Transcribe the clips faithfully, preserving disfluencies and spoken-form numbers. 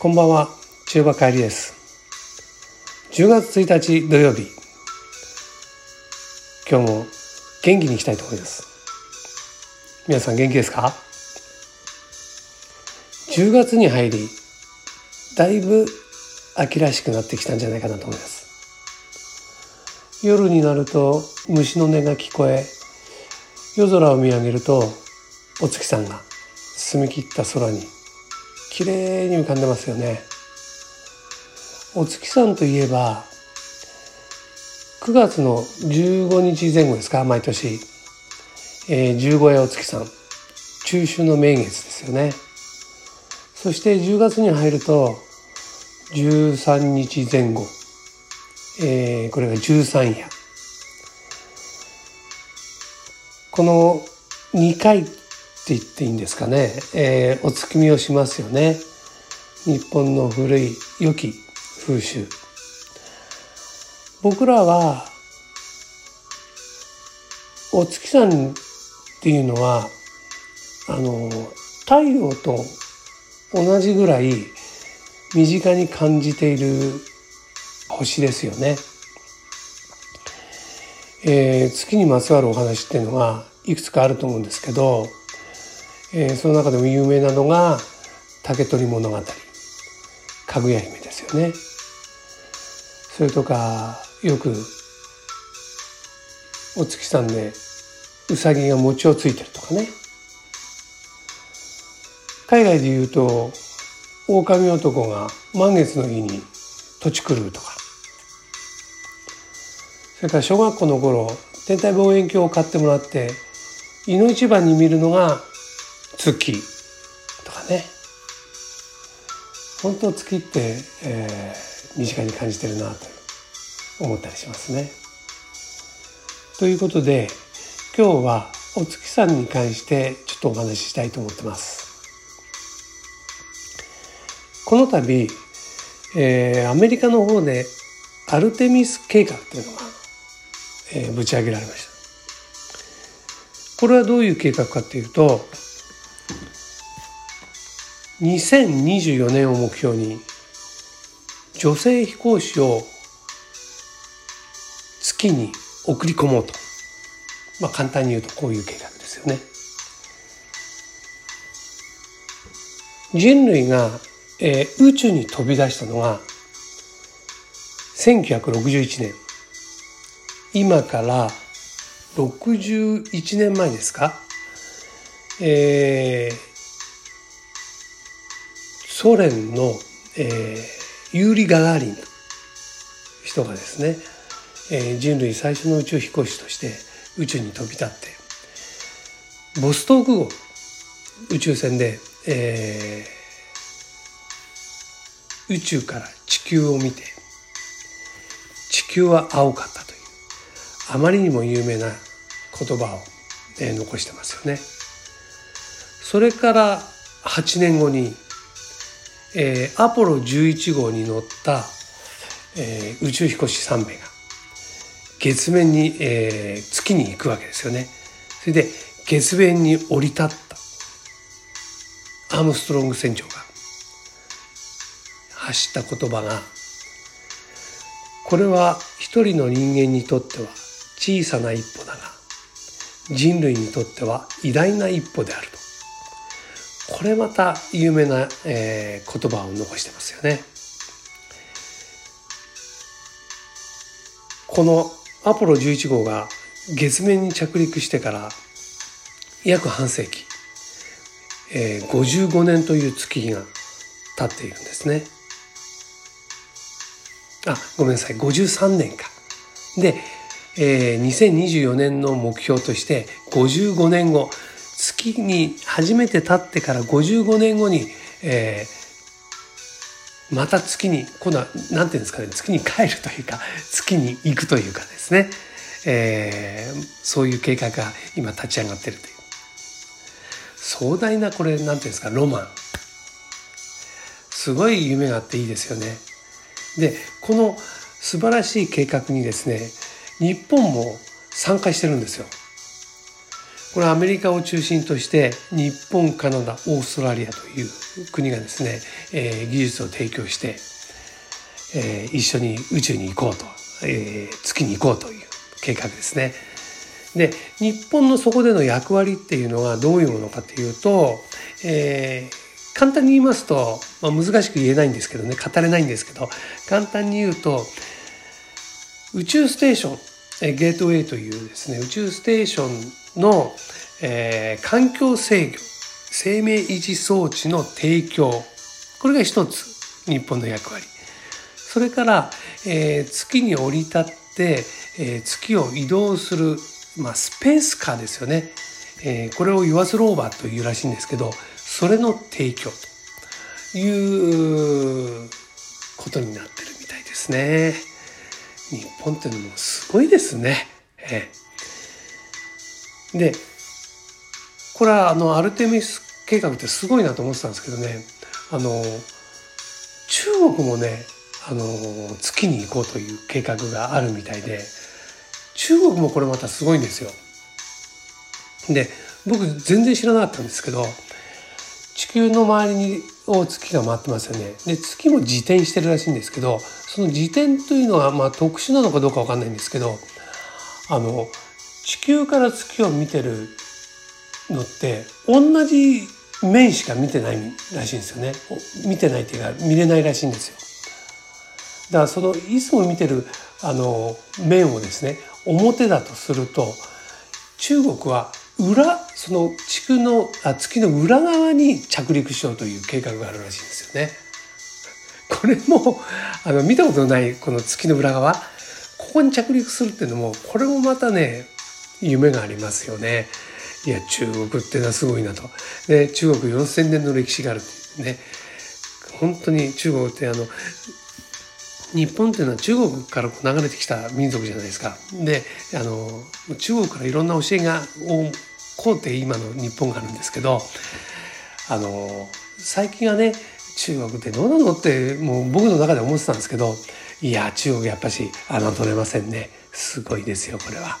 こんばんは、中馬帰りです。じゅうがつついたち土曜日、今日も元気にいきたいと思います。皆さん元気ですか？じゅうがつに入り、だいぶ秋らしくなってきたんじゃないかなと思います。夜になると虫の音が聞こえ、夜空を見上げるとお月さんが澄み切った空にきれいに浮かんでますよね。お月さんといえばくがつのじゅうごにちぜん後ですか、毎年、えー、十五夜お月さん、中秋の名月ですよね。そしてじゅうがつに入るとじゅうさんにちぜん後、えー、これが十三夜。このにかいって言っていいんですかね、えー、お月見をしますよね。日本の古い良き風習。僕らはお月さんっていうのはあの太陽と同じぐらい身近に感じている星ですよね。えー、月にまつわるお話っていうのはいくつかあると思うんですけど、えー、その中でも有名なのが竹取物語、かぐや姫ですよね。それとかよくお月さんでうさぎが餅をついてるとかね。海外でいうと狼男が満月の日に土地狂うとか、それから小学校の頃天体望遠鏡を買ってもらっていの一番に見るのが月とかね。本当月って、えー、身近に感じてるなと思ったりしますね。ということで今日はお月さんに関してちょっとお話ししたいと思ってます。この度、えー、アメリカの方でアルテミス計画というのが、えー、ぶち上げられました。これはどういう計画かというと、にせんにじゅうよねんを目標に女性飛行士を月に送り込もうと、まあ簡単に言うとこういう計画ですよね。人類が、えー、宇宙に飛び出したのがせんきゅうひゃくろくじゅういちねん、今からろくじゅういちねんまえですか。えーソ連の、えー、ユーリ・ガガーリンという人がですね、えー、人類最初の宇宙飛行士として宇宙に飛び立ってボストーク号宇宙船で、えー、宇宙から地球を見て、地球は青かったというあまりにも有名な言葉を、えー、残してますよね。それからはちねんごにえー、アポロじゅういち号に乗った、えー、宇宙飛行士さんめいが月面に、えー、月に行くわけですよね。それで月面に降り立ったアームストロング船長が発した言葉が、これは一人の人間にとっては小さな一歩だが人類にとっては偉大な一歩であると。これまた有名な、えー、言葉を残してますよね。このアポロじゅういち号が月面に着陸してから約半世紀、えー、ごじゅうごねんという月日が経っているんですね。あ、ごめんなさい、ごじゅうさんねんか。で、えー、にせんにじゅうよねんの目標としてごじゅうごねんご、月に初めて立ってからごじゅうごねんごに、えー、また月に今度は何ていうんですかね、月に帰るというか月に行くというかですね、えー、そういう計画が今立ち上がっているという壮大な、これ何ていうんですか、ロマン、すごい夢があっていいですよね。でこの素晴らしい計画にですね、日本も参加してるんですよ。 これアメリカを中心として日本、カナダ、オーストラリアという国がですね、えー、技術を提供して、えー、一緒に宇宙に行こうと、えー、月に行こうという計画ですね。で、日本のそこでの役割っていうのはどういうものかというと、えー、簡単に言いますと、まあ、難しく言えないんですけどね、語れないんですけど、簡単に言うと、宇宙ステーション、ゲートウェイというですね、宇宙ステーションの、えー、環境制御、生命維持装置の提供、これが一つ日本の役割。それから、えー、月に降り立って、えー、月を移動する、まあ、スペースカーですよね、えー、これをユアスローバーというらしいんですけど、それの提供ということになってるみたいですね。日本っていうのもすごいですね。ええ、でこれはあのアルテミス計画ってすごいなと思ってたんですけどね、あの中国もね、あの月に行こうという計画があるみたいで、中国もこれまたすごいんですよ。で、僕全然知らなかったんですけど、地球の周りにを月が回ってますよね。で、月も自転してるらしいんですけど、その自転というのはまあ特殊なのかどうかわかんないんですけど、あの地球から月を見てるのって同じ面しか見てないらしいんですよね。見てないっていうか見れないらしいんですよ。だからそのいつも見てるあの面をですね、表だとすると、中国は裏、その地球のあ月の裏側に着陸しようという計画があるらしいんですよね。これもあの見たことのないこの月の裏側、ここに着陸するっていうのも、これもまたね夢がありますよね。いや、中国ってのはすごいなと。で、中国よんせんねんの歴史があるっていうね。本当に中国ってあの日本っていうのは中国から流れてきた民族じゃないですか。で、あの中国からいろんな教えがをこうって今の日本があるんですけど、あの最近はね、中国ってどうなのってもう僕の中で思ってたんですけど、いや、中国やっぱし侮れませんね。すごいですよ、これは。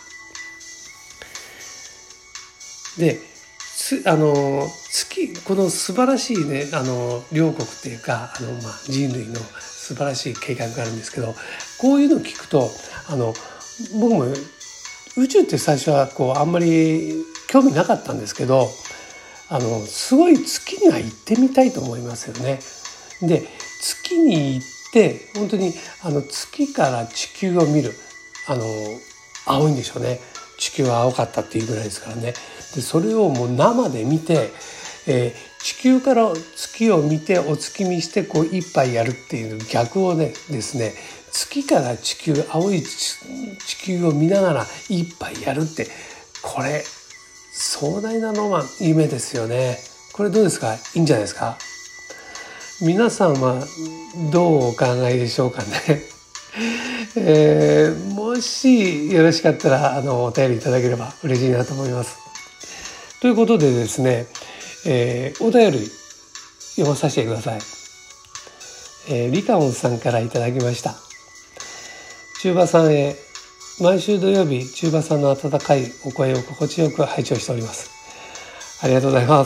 で、あの月、この素晴らしいね、あの両国っていうか、あの、まあ、人類の素晴らしい計画があるんですけど、こういうのを聞くと、あの僕も宇宙って最初はこうあんまり興味なかったんですけど、あのすごい月には行ってみたいと思いますよね。で、月に行って本当にあの月から地球を見る、あの青いんでしょうね。地球は青かったっていうぐらいですからね。で、それをもう生で見て、えー、地球から月を見てお月見してこう一杯やるっていう逆をねですね、月から地球、青い地球を見ながら一杯やるって、これ壮大なロマン、夢ですよね。これどうですか？いいんじゃないですか？皆さんはどうお考えでしょうかね。えー、もしよろしかったらあのお便りいただければ嬉しいなと思います。ということでですね、えー、お便り読まさせてください。えー、リカオンさんからいただきました。中馬さんへ、毎週土曜日中馬さんの温かいお声を心地よく拝聴しております。ありがとうございます。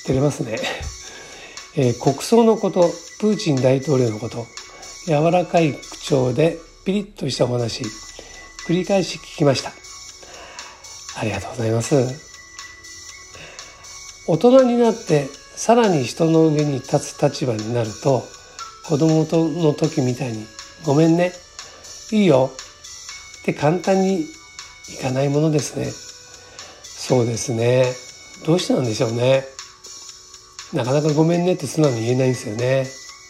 照れますね。えー、国葬のこと、プーチン大統領のこと、柔らかい口調でピリッとしたお話、繰り返し聞きました。ありがとうございます。大人になってさらに人の上に立つ立場になると、子供の時みたいにごめんね、いいよって簡単にいかないものですね。そうですね。どうしてなんでしょうね。なかなかごめんねって素直に言えないんですよね。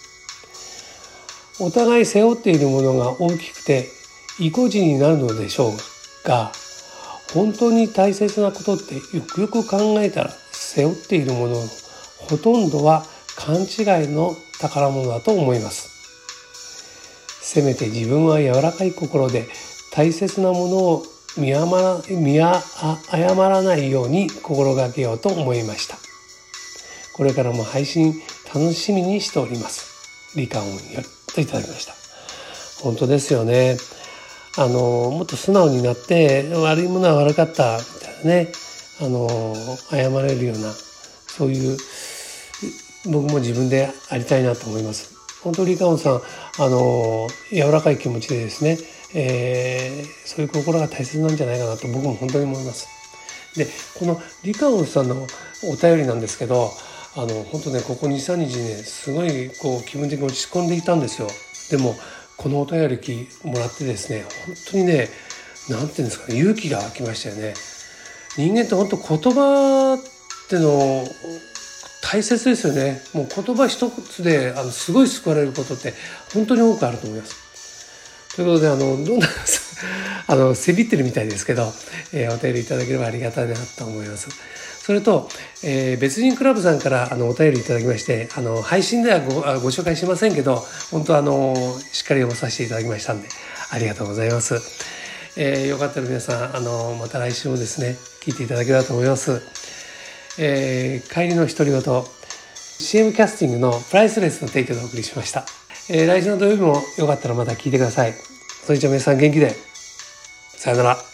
お互い背負っているものが大きくて意固地になるのでしょうが、本当に大切なことってよくよく考えたら、背負っているもののほとんどは勘違いの宝物だと思います。せめて自分は柔らかい心で大切なものを見誤ら、見誤らないように心がけようと思いました。これからも配信楽しみにしております。リカオンよりといただきました。本当ですよね。 あのもっと素直になって悪いものは悪かったみたいなね、あの謝れるような、そういう僕も自分でありたいなと思います。本当にリカオンさん、あの柔らかい気持ちでですね、えー、そういう心が大切なんじゃないかなと僕も本当に思います。でこのリカオンさんのお便りなんですけど、あの本当ねここ にさんにちねすごいこう気分的に落ち込んでいたんですよ。でもこのお便りもらってですね、本当にね、なんていうんですかね、勇気が湧きましたよね。人間って本当言葉っての大切ですよね。もう言葉一つであのすごい救われることって本当に多くあると思います。ということで、あのどんなあのせびってるみたいですけど、えー、お便りいただければありがたいなと思います。それと、えー、別人クラブさんからあのお便りいただきまして、あの配信では ご, ご紹介しませんけど、本当あのしっかり読まさせていただきましたんで、ありがとうございます。えー、よかったら皆さん、あのまた来週もですね聞いていただければと思います。えー、帰りの独り言 シーエム キャスティングのプライスレスの提供でお送りしました。えー、来週の土曜日もよかったらまた聞いてください。それじゃあ皆さん元気で、さよなら。